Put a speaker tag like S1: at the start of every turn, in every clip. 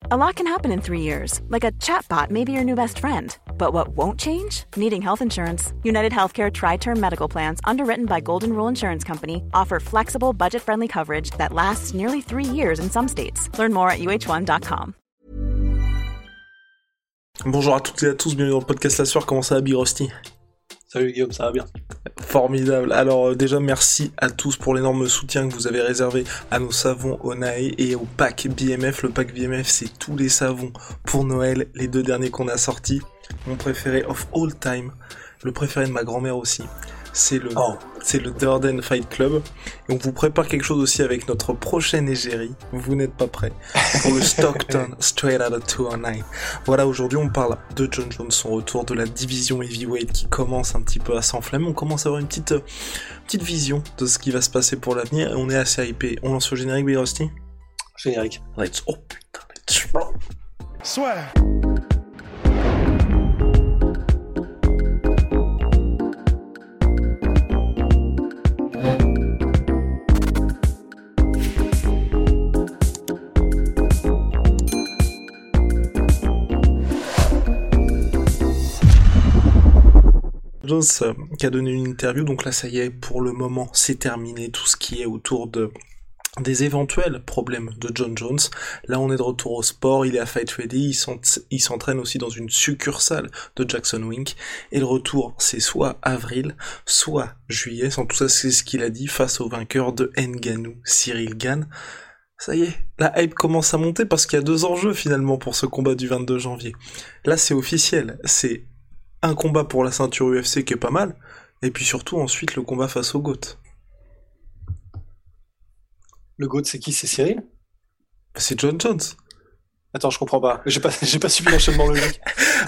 S1: A lot can happen in 3 years, like a chatbot may be your new best friend. But what won't change? Needing health insurance. United Healthcare Tri-Term Medical Plans, underwritten by Golden Rule Insurance Company, offer flexible, budget-friendly coverage that lasts nearly 3 years in some states. Learn more at uh1.com.
S2: Bonjour à toutes et à tous, bienvenue dans le podcast La Sueur, comment ça va Big Rusty ?
S3: Salut Guillaume, ça va bien.
S2: Formidable. Alors déjà merci à tous pour l'énorme soutien que vous avez réservé à nos savons Onae et au pack BMF. Le pack BMF, c'est tous les savons pour Noël, les 2 derniers qu'on a sortis. Mon préféré of all time, le préféré de ma grand-mère aussi, c'est le Durden Fight Club. Et on vous prépare quelque chose aussi avec notre prochaine égérie, vous n'êtes pas prêts, pour le Stockton Straight Outta 209. Voilà, aujourd'hui on parle de Jon Jones, son retour de la division heavyweight qui commence un petit peu à s'enflammer. On commence à avoir une petite vision de ce qui va se passer pour l'avenir et on est assez hypé. On lance le générique, Big Rusty ?
S3: Générique.
S2: Let's roll.
S4: Swear.
S2: Jones qui a donné une interview, donc là ça y est, pour le moment c'est terminé tout ce qui est autour des éventuels problèmes de Jon Jones. Là on est de retour au sport, il est à Fight Ready, il s'entraîne aussi dans une succursale de Jackson Wink, et le retour c'est soit avril, soit juillet, en tout ça c'est ce qu'il a dit, face au vainqueur de Ngannou, Ciryl Gane. Ça y est, la hype commence à monter parce qu'il y a 2 enjeux finalement pour ce combat du 22 janvier. Là c'est officiel, c'est un combat pour la ceinture UFC qui est pas mal, et puis surtout ensuite le combat face au GOAT.
S3: Le GOAT, c'est qui? C'est Ciryl?
S2: C'est Jon Jones.
S3: Attends, je comprends pas. J'ai pas suivi l'enchaînement logique.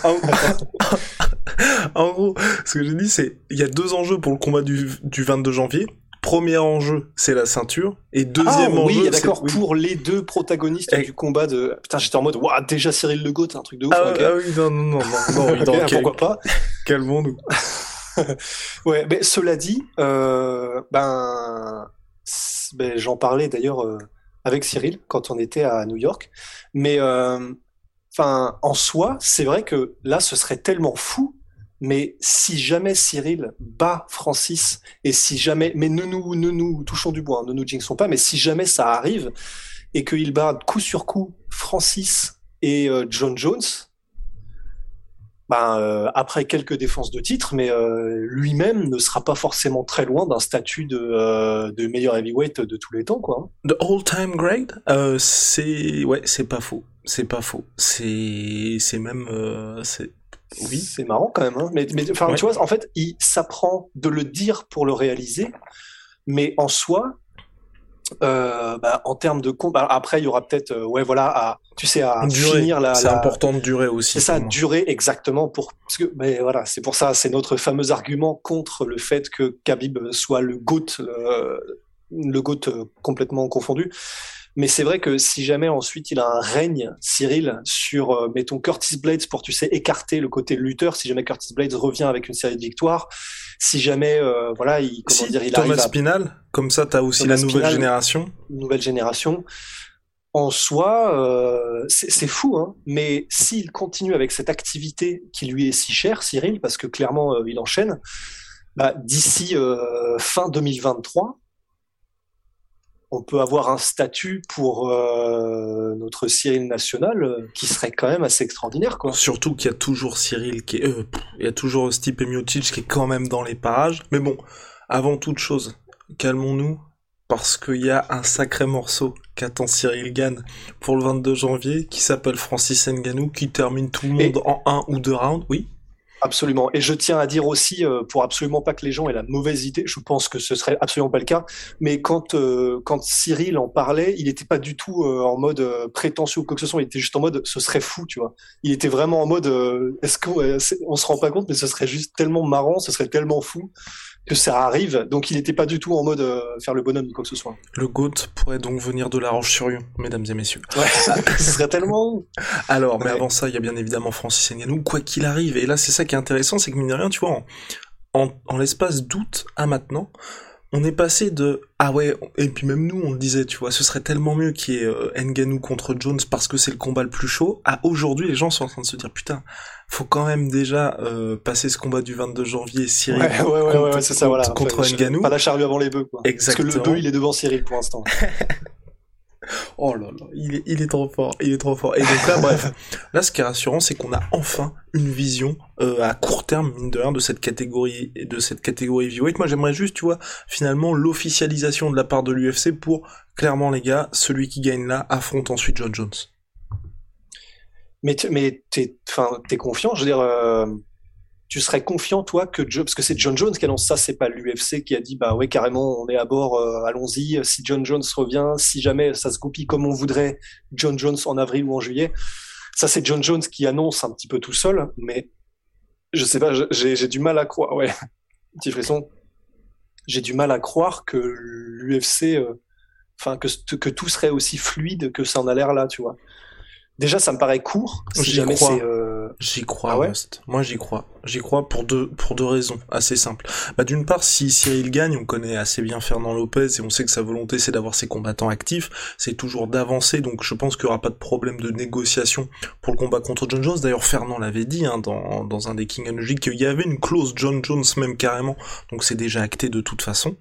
S2: En gros, ce que j'ai dit, c'est il y a 2 enjeux pour le combat du 22 janvier. Premier enjeu, c'est la ceinture, et deuxième enjeu,
S3: oui, d'accord, pour les 2 protagonistes du combat de... Putain, j'étais en mode, waouh, déjà Ciryl le GOAT, un truc de ouf.
S2: Okay. Oui, non, okay.
S3: Pourquoi pas?
S2: Calmons-nous.
S3: Ouais, mais cela dit, j'en parlais d'ailleurs avec Ciryl quand on était à New York, mais en soi, c'est vrai que là, ce serait tellement fou. Mais si jamais Ciryl bat Francis, et si jamais, mais ne nous touchons du bois, hein, ne nous jinxons pas, mais si jamais ça arrive, et qu'il bat coup sur coup Francis et Jon Jones, après quelques défenses de titre, mais lui-même ne sera pas forcément très loin d'un statut de meilleur heavyweight de tous les temps, quoi.
S2: The all-time great, c'est pas faux. C'est pas faux. C'est même,
S3: oui, c'est marrant quand même, hein. Mais ouais. Tu vois, en fait, il s'apprend de le dire pour le réaliser, mais en soi, en termes de combat, après il y aura peut-être, à finir
S2: c'est important de durer aussi.
S3: C'est ça, durer exactement c'est pour ça, c'est notre fameux argument contre le fait que Khabib soit le GOAT, complètement confondu. Mais c'est vrai que si jamais ensuite il a un règne, Ciryl, sur, mettons, Curtis Blades pour, écarter le côté lutteur, si jamais Curtis Blades revient avec une série de victoires, si jamais, il
S2: Thomas
S3: arrive
S2: Spinal, comme ça t'as aussi la nouvelle génération.
S3: Nouvelle génération. En soi, c'est fou, hein. Mais s'il continue avec cette activité qui lui est si chère, Ciryl, parce que clairement, il enchaîne, d'ici fin 2023, on peut avoir un statut pour notre Ciryl national qui serait quand même assez extraordinaire, quoi.
S2: Surtout qu'il y a toujours Ciryl il y a toujours Stipe Miocic qui est quand même dans les parages. Mais bon, avant toute chose, calmons-nous, parce qu'il y a un sacré morceau qu'attend Ciryl Gane pour le 22 janvier, qui s'appelle Francis Ngannou, qui termine tout le monde en 1 ou 2 rounds, oui.
S3: Absolument. Et je tiens à dire aussi, pour absolument pas que les gens aient la mauvaise idée, je pense que ce serait absolument pas le cas, mais quand Ciryl en parlait, il était pas du tout en mode prétentieux ou quoi que ce soit, il était juste en mode ce serait fou, tu vois. Il était vraiment en mode est-ce qu'on se rend pas compte, mais ce serait juste tellement marrant, ce serait tellement fou que ça arrive. Donc il était pas du tout en mode faire le bonhomme ou quoi que ce soit.
S2: Le GOAT pourrait donc venir de La Roche-sur-Yon, mesdames et messieurs.
S3: Ouais, ce serait tellement...
S2: Alors, mais avant ça, il y a bien évidemment Francis Ngannou, quoi qu'il arrive. Et là, c'est ça qui est intéressant, c'est que mine de rien, tu vois, en l'espace d'août à maintenant, on est passé de ah ouais, et puis même nous on le disait, tu vois, ce serait tellement mieux qu'il y ait Ngannou contre Jones parce que c'est le combat le plus chaud. À aujourd'hui, les gens sont en train de se dire putain, faut quand même déjà passer ce combat du 22 janvier Cyril
S3: ouais, c'est ça, voilà.
S2: contre Ngannou.
S3: Pas la charrue avant les bœufs, quoi.
S2: Exactement.
S3: Parce que le bœuf il est devant Cyril pour l'instant.
S2: Oh là là, il est trop fort, il est trop fort. Et donc là, bref, là ce qui est rassurant, c'est qu'on a enfin une vision à court terme, mine de rien, de cette catégorie heavyweight. Moi j'aimerais juste, tu vois, finalement l'officialisation de la part de l'UFC pour, clairement les gars, celui qui gagne là affronte ensuite John Jones.
S3: Mais t'es confiant, je veux dire, tu serais confiant, toi, parce que c'est John Jones qui annonce ça, c'est pas l'UFC qui a dit, bah ouais, carrément, on est à bord, allons-y, si John Jones revient, si jamais ça se goupille comme on voudrait, John Jones en avril ou en juillet. Ça, c'est John Jones qui annonce un petit peu tout seul, mais je sais pas, j'ai du mal à croire, ouais, petit frisson. J'ai du mal à croire que l'UFC, que tout serait aussi fluide que ça en a l'air là, tu vois. Déjà, ça me paraît court. Si
S2: J'y
S3: jamais
S2: crois.
S3: c'est.
S2: J'y crois,
S3: Ah ouais.
S2: Rust. Moi, j'y crois. J'y crois pour deux raisons assez simples. Bah, d'une part, si Cyril gagne, on connaît assez bien Fernand Lopez et on sait que sa volonté, c'est d'avoir ses combattants actifs. C'est toujours d'avancer, donc je pense qu'il y aura pas de problème de négociation pour le combat contre John Jones. D'ailleurs, Fernand l'avait dit, hein, dans un des King and Logic, qu'il y avait une clause John Jones même carrément. Donc c'est déjà acté de toute façon.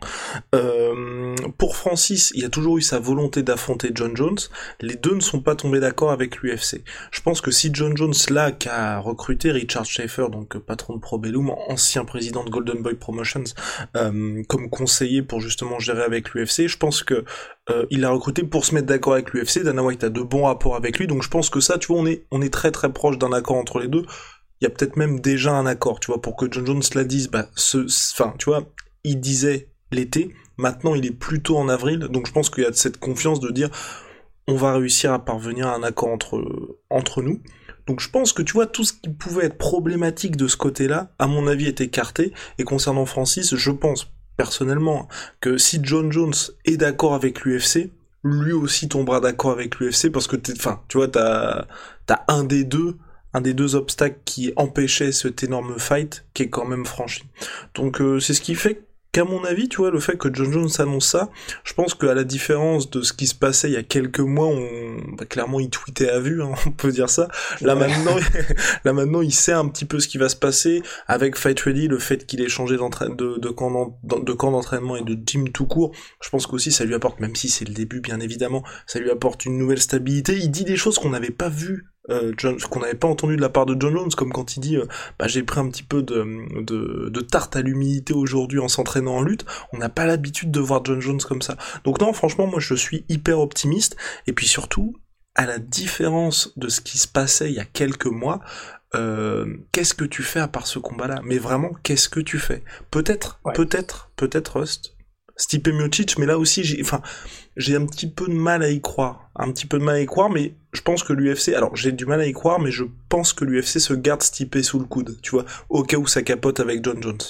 S2: Pour Francis, il y a toujours eu sa volonté d'affronter John Jones. Les deux ne sont pas tombés d'accord avec l'UFC. Je pense que si John Jones, là, qu'a recruté Richard Schaefer, donc patron de Probellum, ancien président de Golden Boy Promotions, comme conseiller pour justement gérer avec l'UFC, je pense que il l'a recruté pour se mettre d'accord avec l'UFC. Dana White a de bons rapports avec lui, donc je pense que ça, tu vois, on est très très proche d'un accord entre les deux. Il y a peut-être même déjà un accord, tu vois, pour que John Jones la dise, tu vois, il disait l'été, maintenant il est plutôt en avril, donc je pense qu'il y a cette confiance de dire on va réussir à parvenir à un accord entre nous. Donc je pense que tu vois, tout ce qui pouvait être problématique de ce côté-là, à mon avis, est écarté. Et concernant Francis, je pense personnellement que si John Jones est d'accord avec l'UFC, lui aussi tombera d'accord avec l'UFC parce que tu vois, t'as un des deux obstacles qui empêchait cet énorme fight qui est quand même franchi. Donc c'est ce qui fait qu'à mon avis, tu vois, le fait que John Jones annonce ça, je pense qu'à la différence de ce qui se passait il y a quelques mois, clairement il tweetait à vue, hein, on peut dire ça. Là maintenant, il sait un petit peu ce qui va se passer avec Fight Ready, le fait qu'il ait changé de camp d'entraînement et de gym tout court. Je pense qu'aussi ça lui apporte, même si c'est le début bien évidemment, ça lui apporte une nouvelle stabilité. Il dit des choses qu'on n'avait pas vues. Qu'on n'avait pas entendu de la part de John Jones, comme quand il dit j'ai pris un petit peu de tarte à l'humidité aujourd'hui en s'entraînant en lutte. On n'a pas l'habitude de voir John Jones comme ça. Donc non, franchement, moi je suis hyper optimiste. Et puis surtout, à la différence de ce qui se passait il y a quelques mois, qu'est-ce que tu fais à part ce combat-là? Mais vraiment, qu'est-ce que tu fais? Peut-être Rust, Stipe Miocic, mais là aussi j'ai un petit peu de mal à y croire. Mais je pense que l'UFC, alors j'ai du mal à y croire, mais je pense que l'UFC se garde Stipe sous le coude, tu vois, au cas où ça capote avec John Jones.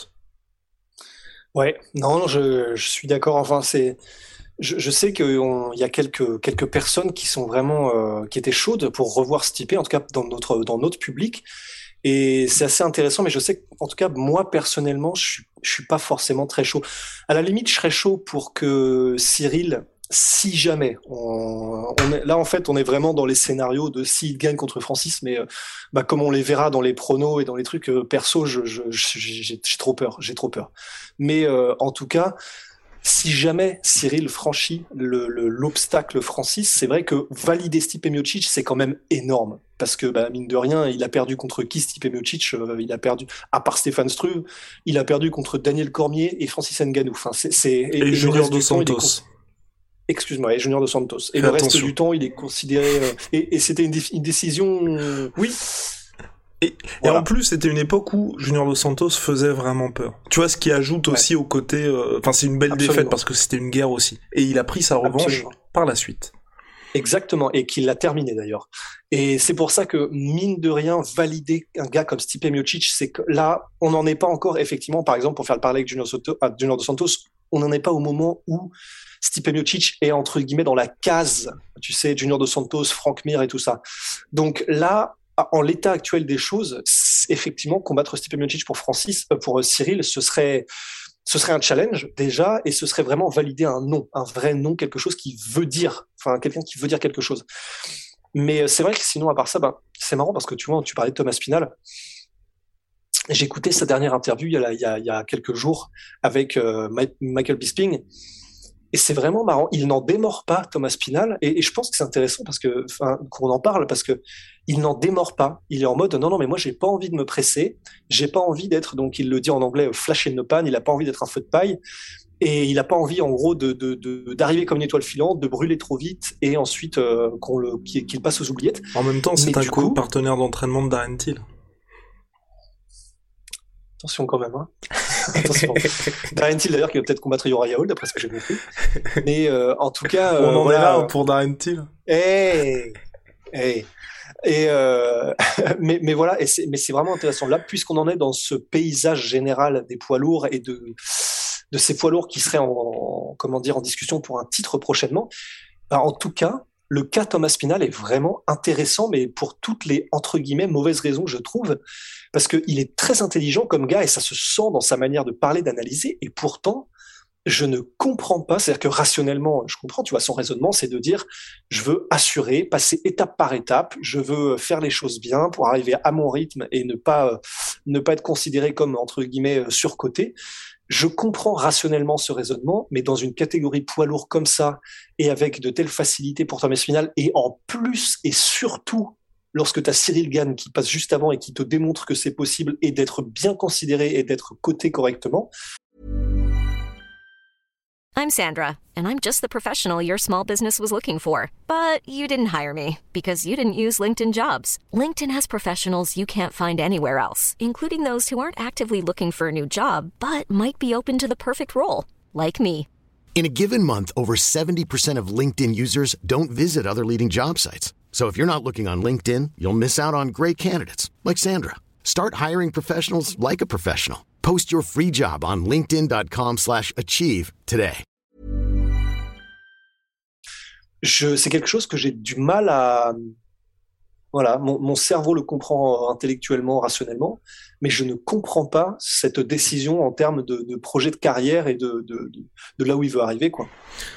S3: Ouais, non, je suis d'accord. Enfin, je sais qu'il y a quelques personnes qui sont vraiment qui étaient chaudes pour revoir Stipe, en tout cas dans notre public. Et c'est assez intéressant, mais je sais qu'en tout cas, moi, personnellement, je suis pas forcément très chaud. À la limite, je serais chaud pour que Cyril, si jamais, là, en fait, on est vraiment dans les scénarios de s'il gagne contre Francis, mais comme on les verra dans les pronos et dans les trucs, perso, j'ai trop peur. Mais en tout cas, si jamais Cyril franchit l'obstacle Francis, c'est vrai que valider Stipe Miocic, c'est quand même énorme. Parce que, mine de rien, il a perdu contre qui Stipe Miocic? Il a perdu, à part Stéphane Struve, il a perdu contre Daniel Cormier et Francis Ngannou. Enfin,
S2: et Junior Dos Santos.
S3: Excuse-moi, et Junior Dos Santos. Et le reste du temps, il est considéré... et c'était une décision...
S2: Oui. Et en plus, c'était une époque où Junior Dos Santos faisait vraiment peur. Tu vois, ce qui ajoute aussi au côté... c'est une belle défaite parce que c'était une guerre aussi. Et il a pris sa revanche par la suite.
S3: Exactement, et qu'il l'a terminé d'ailleurs. Et c'est pour ça que, mine de rien, valider un gars comme Stipe Miocic, c'est que là, on n'en est pas encore, effectivement, par exemple, pour faire le parallèle avec Junior Dos Santos, on n'en est pas au moment où Stipe Miocic est, entre guillemets, dans la case, tu sais, Junior Dos Santos, Frank Mir et tout ça. Donc là, en l'état actuel des choses, effectivement, combattre Stipe Miocic pour Cyril, ce serait ce serait un challenge déjà, et ce serait vraiment valider un nom, un vrai nom, quelque chose qui veut dire, enfin quelqu'un qui veut dire quelque chose. Mais c'est vrai que sinon, à part ça, c'est marrant parce que tu vois, tu parlais de Thomas Spinal. J'ai écouté sa dernière interview il y a quelques jours avec Michael Bisping. Et c'est vraiment marrant. Il n'en démord pas, Thomas Spinal. Et je pense que c'est intéressant parce que, qu'on en parle parce que il n'en démord pas. Il est en mode, non, mais moi, j'ai pas envie de me presser. J'ai pas envie d'être, donc il le dit en anglais, flash in the pan. Il a pas envie d'être un feu de paille. Et il a pas envie, en gros, d'arriver comme une étoile filante, de brûler trop vite et ensuite, qu'il passe aux oubliettes.
S2: En même temps, c'est un partenaire d'entraînement de Darren Till.
S3: Attention quand même, hein. Attention. Darren Till d'ailleurs qui va peut-être combattre Uriah Hall d'après ce que j'ai compris. Mais en tout cas,
S2: on en est là pour Darren Till.
S3: Et mais voilà, mais c'est vraiment intéressant là puisqu'on en est dans ce paysage général des poids lourds et de ces poids lourds qui seraient en discussion pour un titre prochainement. En tout cas, le cas Thomas Spinal est vraiment intéressant, mais pour toutes les, entre guillemets, mauvaises raisons, je trouve, parce qu'il est très intelligent comme gars et ça se sent dans sa manière de parler, d'analyser, et pourtant, je ne comprends pas, c'est-à-dire que rationnellement, je comprends, tu vois, son raisonnement, c'est de dire, je veux assurer, passer étape par étape, je veux faire les choses bien pour arriver à mon rythme et ne pas être considéré comme, entre guillemets, surcoté. Je comprends rationnellement ce raisonnement, mais dans une catégorie poids lourd comme ça, et avec de telles facilités pour Thomas Spinal, et en plus et surtout, lorsque tu as Cyril Gane qui passe juste avant et qui te démontre que c'est possible et d'être bien considéré et d'être coté correctement.
S4: I'm Sandra, and I'm just the professional your small business was looking for. But you didn't hire me because you didn't use LinkedIn Jobs. LinkedIn has professionals you can't find anywhere else, including those who aren't actively looking for a new job, but might be open to the perfect role, like me.
S5: In a given month, over 70% of LinkedIn users don't visit other leading job sites. So if you're not looking on LinkedIn, you'll miss out on great candidates, like Sandra. Start hiring professionals like a professional. Post your free job on linkedin.com/achieve today.
S3: C'est quelque chose que j'ai du mal à... Voilà, mon cerveau le comprend intellectuellement, rationnellement, mais je ne comprends pas cette décision en termes de projet de carrière et de là où il veut arriver, quoi.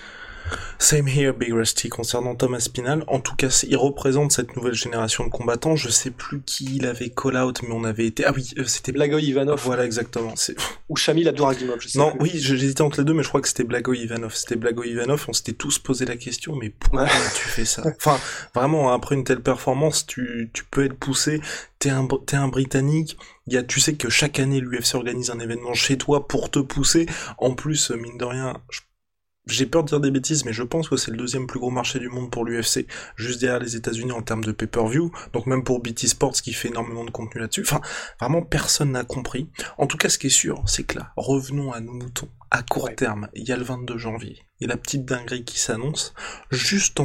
S2: Same here, Big Rusty, concernant Thomas Spinal. En tout cas, il représente cette nouvelle génération de combattants. Je sais plus qui il avait call out, mais on avait été... Ah oui, c'était...
S3: Blagoy Ivanov.
S2: Voilà, exactement.
S3: Ou Shamil Abdouragimov, je sais
S2: non,
S3: plus.
S2: Oui, j'hésitais entre les deux, mais je crois que c'était Blagoy Ivanov. On s'était tous posé la question, mais pourquoi tu fais ça? Enfin, vraiment, après une telle performance, tu peux être poussé. T'es un Britannique. Tu sais que chaque année, l'UFC organise un événement chez toi pour te pousser. En plus, mine de rien, j'ai peur de dire des bêtises, mais je pense que c'est le deuxième plus gros marché du monde pour l'UFC, juste derrière les États-Unis en termes de pay-per-view, donc même pour BT Sports qui fait énormément de contenu là-dessus. Enfin, vraiment, personne n'a compris. En tout cas, ce qui est sûr, c'est que là, revenons à nos moutons. À court terme, il y a le 22 janvier, il y a la petite dinguerie qui s'annonce. Juste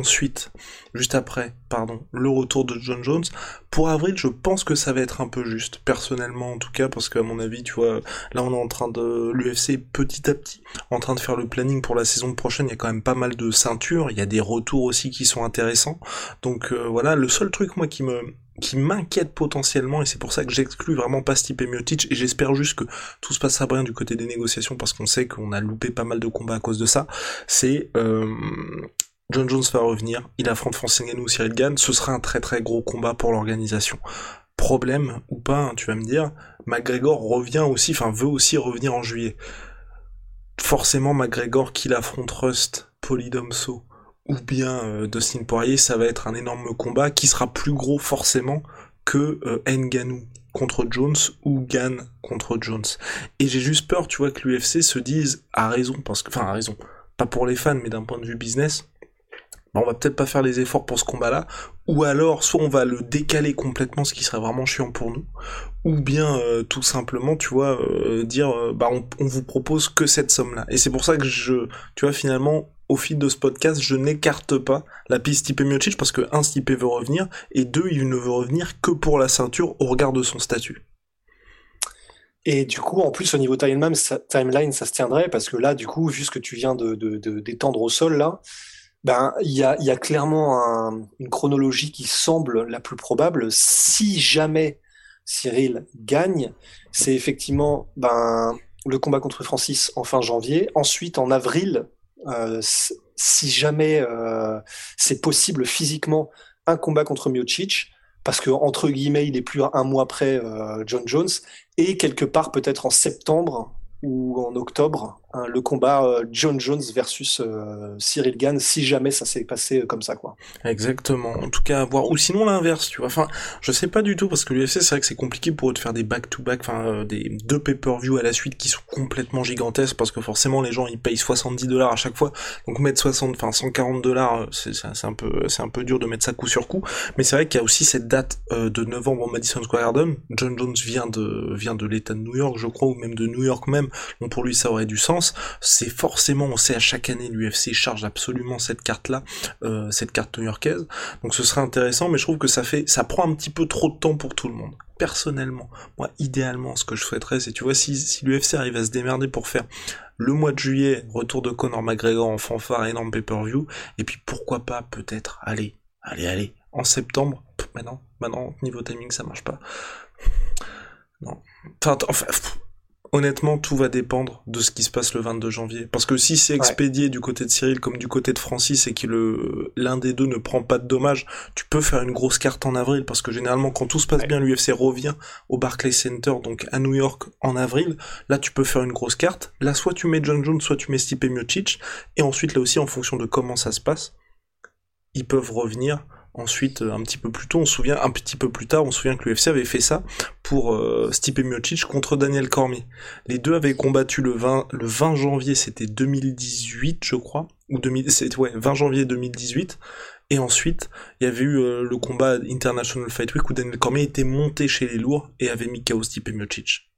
S2: après, le retour de Jon Jones. Pour avril, je pense que ça va être un peu juste, personnellement en tout cas, parce qu'à mon avis, tu vois, là on est en train de, l'UFC petit à petit, en train de faire le planning pour la saison prochaine, il y a quand même pas mal de ceintures, il y a des retours aussi qui sont intéressants. Donc voilà, le seul truc moi qui m'inquiète potentiellement, et c'est pour ça que j'exclus vraiment pas Stipe Miocic, et j'espère juste que tout se passera bien du côté des négociations, parce qu'on sait qu'on a loupé pas mal de combats à cause de ça, c'est Jon Jones va revenir, il affronte Francis Ngannou ou Cyril Gane, ce sera un très très gros combat pour l'organisation. Problème, ou pas, hein, tu vas me dire, McGregor veut aussi revenir en juillet. Forcément, McGregor qu'il affronte Rust, Polydomso, ou bien Dustin Poirier, ça va être un énorme combat qui sera plus gros forcément que Ngannou contre Jones ou Gane contre Jones. Et j'ai juste peur, tu vois, que l'UFC se dise à raison, pas pour les fans, mais d'un point de vue business, on va peut-être pas faire les efforts pour ce combat-là, ou alors soit on va le décaler complètement, ce qui serait vraiment chiant pour nous, ou bien tout simplement, tu vois, dire on vous propose que cette somme-là. Et c'est pour ça que tu vois, finalement, au fil de ce podcast, je n'écarte pas la piste Stipe Miocic, parce que Stipe veut revenir, et il ne veut revenir que pour la ceinture au regard de son statut.
S3: Et du coup, en plus, au niveau timeline, ça se tiendrait, parce que là, du coup, vu ce que tu viens d'étendre au sol, là, il y a clairement une chronologie qui semble la plus probable. Si jamais Cyril gagne, c'est effectivement le combat contre Francis en fin janvier. Ensuite, en avril, si jamais c'est possible physiquement, un combat contre Miocic, parce que entre guillemets, il est plus à un mois près John Jones, et quelque part peut-être en septembre ou en octobre, le combat John Jones versus Cyril Gane, si jamais ça s'est passé comme ça, quoi.
S2: Exactement. En tout cas, à voir. Ou sinon l'inverse, tu vois. Enfin, je sais pas du tout, parce que l'UFC, c'est vrai que c'est compliqué pour eux de faire des back-to-back, enfin, des 2 pay-per-view à la suite qui sont complètement gigantesques, parce que forcément, les gens, ils payent $70 à chaque fois. Donc, mettre $140, c'est un peu dur de mettre ça coup sur coup. Mais c'est vrai qu'il y a aussi cette date, de novembre au Madison Square Garden. John Jones vient de l'État de New York, je crois, ou même de New York même. Donc, pour lui, ça aurait du sens. C'est forcément, on sait à chaque année, l'UFC charge absolument cette carte-là, cette carte new-yorkaise. Donc ce serait intéressant, mais je trouve que ça prend un petit peu trop de temps pour tout le monde. Personnellement, moi, idéalement, ce que je souhaiterais, c'est, tu vois, si l'UFC arrive à se démerder pour faire le mois de juillet, retour de Conor McGregor en fanfare, énorme pay-per-view, et puis pourquoi pas, peut-être, allez, en septembre, maintenant, niveau timing, ça marche pas. Non. Enfin, honnêtement, tout va dépendre de ce qui se passe le 22 janvier. Parce que si c'est expédié du côté de Cyril comme du côté de Francis et que l'un des deux ne prend pas de dommages, tu peux faire une grosse carte en avril. Parce que généralement, quand tout se passe bien, l'UFC revient au Barclays Center, donc à New York, en avril. Là, tu peux faire une grosse carte. Là, soit tu mets John Jones, soit tu mets Stipe Miocic. Et ensuite, là aussi, en fonction de comment ça se passe, ils peuvent revenir. Ensuite, un petit peu plus tard, on se souvient que l'UFC avait fait ça pour Stipe Miocic contre Daniel Cormier. Les deux avaient combattu le 20 janvier, c'était 2018, je crois, 20 janvier 2018. Et ensuite, il y avait eu le combat International Fight Week où Daniel Cormier était monté chez les lourds et avait mis KO Stipe Miocic.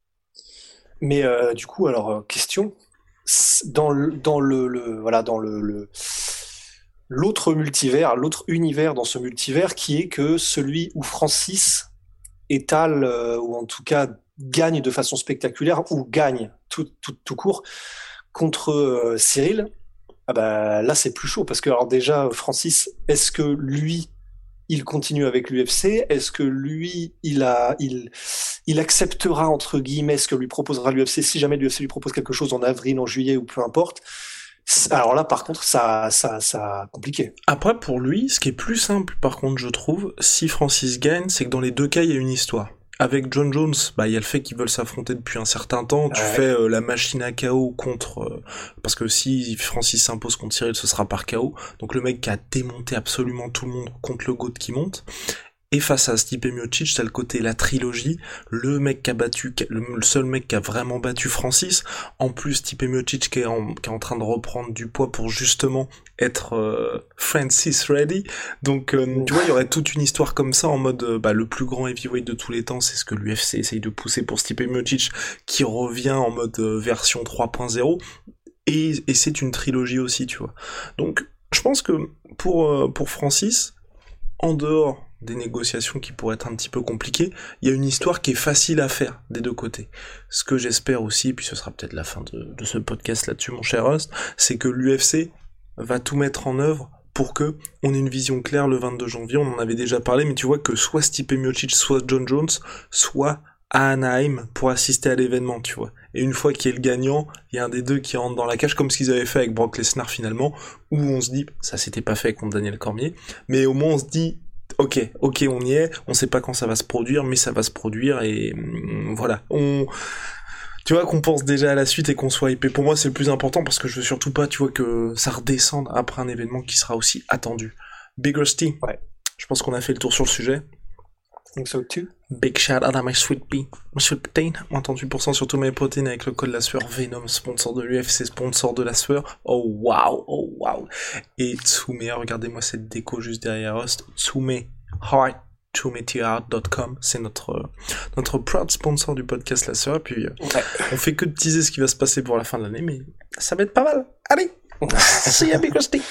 S3: Mais du coup, alors question, l'autre multivers, l'autre univers dans ce multivers, qui est que celui où Francis étale, ou en tout cas gagne de façon spectaculaire, ou gagne tout court, contre Cyril, là c'est plus chaud, parce que alors déjà, Francis, est-ce que lui, il continue avec l'UFC? Est-ce que lui, il acceptera, entre guillemets, ce que lui proposera l'UFC, si jamais l'UFC lui propose quelque chose en avril, en juillet, ou peu importe? Alors là, par contre, ça compliqué.
S2: Après, pour lui, ce qui est plus simple, par contre, je trouve, si Francis gagne, c'est que dans les deux cas, il y a une histoire. Avec John Jones, il y a le fait qu'ils veulent s'affronter depuis un certain temps. Tu fais la machine à KO contre... parce que si Francis s'impose contre Cyril, ce sera par KO. Donc le mec qui a démonté absolument tout le monde contre le GOAT qui monte. Et face à Stipe Miocic, t'as le côté la trilogie, le mec qui a battu, le seul mec qui a vraiment battu Francis. En plus, Stipe Miocic qui est en train de reprendre du poids pour justement être Francis ready. Donc, tu vois, il y aurait toute une histoire comme ça en mode, le plus grand heavyweight de tous les temps, c'est ce que l'UFC essaye de pousser pour Stipe Miocic, qui revient en mode version 3.0. Et c'est une trilogie aussi, tu vois. Donc, je pense que pour Francis, en dehors des négociations qui pourraient être un petit peu compliquées, il y a une histoire qui est facile à faire des deux côtés. Ce que j'espère aussi, puis ce sera peut-être la fin de ce podcast là-dessus, mon cher Rust, c'est que l'UFC va tout mettre en œuvre pour que on ait une vision claire le 22 janvier, on en avait déjà parlé, mais tu vois que soit Stipe Miocic, soit John Jones, soit à Anaheim pour assister à l'événement, tu vois. Et une fois qu'il y a le gagnant, il y a un des deux qui rentre dans la cage, comme ce qu'ils avaient fait avec Brock Lesnar finalement, où on se dit, ça s'était pas fait contre Daniel Cormier, mais au moins on se dit, ok, on y est, on sait pas quand ça va se produire, mais ça va se produire, et voilà. Tu vois, qu'on pense déjà à la suite et qu'on soit hypé. Pour moi, c'est le plus important, parce que je veux surtout pas, tu vois, que ça redescende après un événement qui sera aussi attendu. Big Rusty.
S3: Ouais.
S2: Je pense qu'on a fait le tour sur le sujet.
S3: I think so too.
S2: Big shout out à my sweet pea, my sweet protein, moins 38% sur tous mes protéines avec le code la sueur. Venom, sponsor de l'UFC, sponsor de la sueur. Oh wow. Et Tsume, regardez-moi cette déco juste derrière Rust. Tsume Heart, TsumeTheArt.com, c'est notre proud sponsor du podcast La Sueur. Et puis on fait que de teaser ce qui va se passer pour la fin de l'année, mais ça va être pas mal. Allez, see ya, Big Rusty.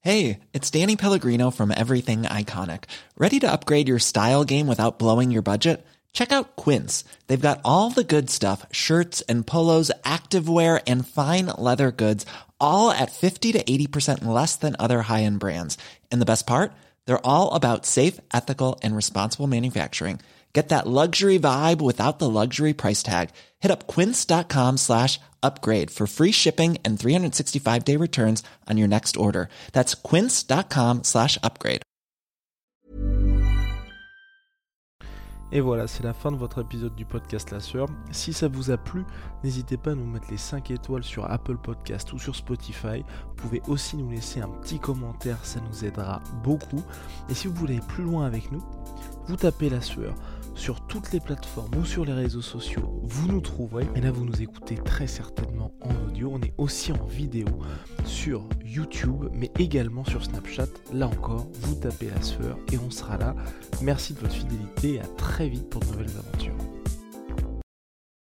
S6: Hey, it's Danny Pellegrino from Everything Iconic. Ready to upgrade your style game without blowing your budget? Check out Quince. They've got all the good stuff, shirts and polos, activewear, and fine leather goods, all at 50 to 80% less than other high-end brands. And the best part? They're all about safe, ethical, and responsible manufacturing. Get that luxury vibe without the luxury price tag. Hit up quince.com/upgrade for free shipping and 365-day returns on your next order. That's quince.com/upgrade.
S2: Et voilà, c'est la fin de votre épisode du podcast La Sueur. Si ça vous a plu, n'hésitez pas à nous mettre les 5 étoiles sur Apple Podcast ou sur Spotify. Vous pouvez aussi nous laisser un petit commentaire, ça nous aidera beaucoup. Et si vous voulez aller plus loin avec nous, vous tapez La Sueur sur toutes les plateformes ou sur les réseaux sociaux, vous nous trouverez. Et là, vous nous écoutez très certainement en audio. On est aussi en vidéo sur YouTube, mais également sur Snapchat. Là encore, vous tapez La Sueur et on sera là. Merci de votre fidélité et à très vite pour de nouvelles aventures.